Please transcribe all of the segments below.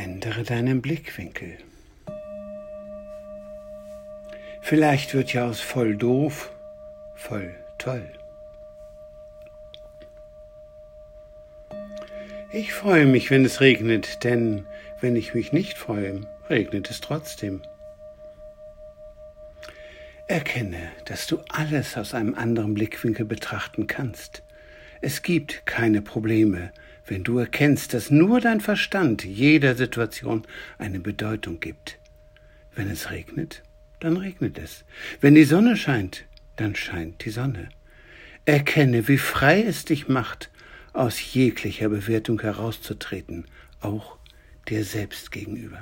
Ändere deinen Blickwinkel. Vielleicht wird ja aus voll doof voll toll. Ich freue mich, wenn es regnet, denn wenn ich mich nicht freue, regnet es trotzdem. Erkenne, dass du alles aus einem anderen Blickwinkel betrachten kannst. Es gibt keine Probleme, wenn du erkennst, dass nur dein Verstand jeder Situation eine Bedeutung gibt. Wenn es regnet, dann regnet es. Wenn die Sonne scheint, dann scheint die Sonne. Erkenne, wie frei es dich macht, aus jeglicher Bewertung herauszutreten, auch dir selbst gegenüber.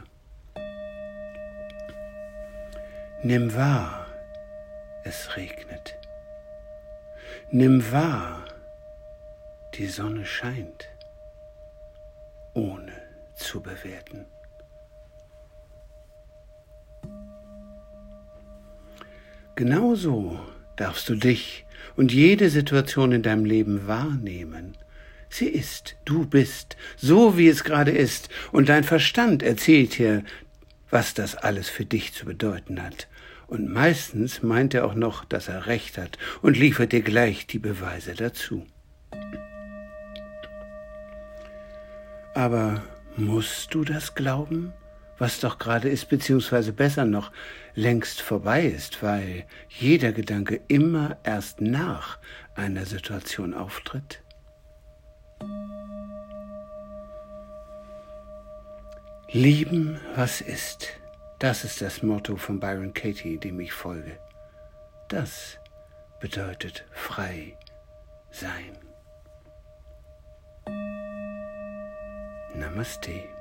Nimm wahr, es regnet. Nimm wahr, die Sonne scheint, ohne zu bewerten. Genauso darfst du dich und jede Situation in deinem Leben wahrnehmen. Sie ist, du bist, so wie es gerade ist, und dein Verstand erzählt dir, was das alles für dich zu bedeuten hat. Und meistens meint er auch noch, dass er recht hat und liefert dir gleich die Beweise dazu. Aber musst du das glauben, was doch gerade ist, beziehungsweise besser noch, längst vorbei ist, weil jeder Gedanke immer erst nach einer Situation auftritt? Lieben, was ist. Das ist das Motto von Byron Katie, dem ich folge. Das bedeutet frei sein. Namaste.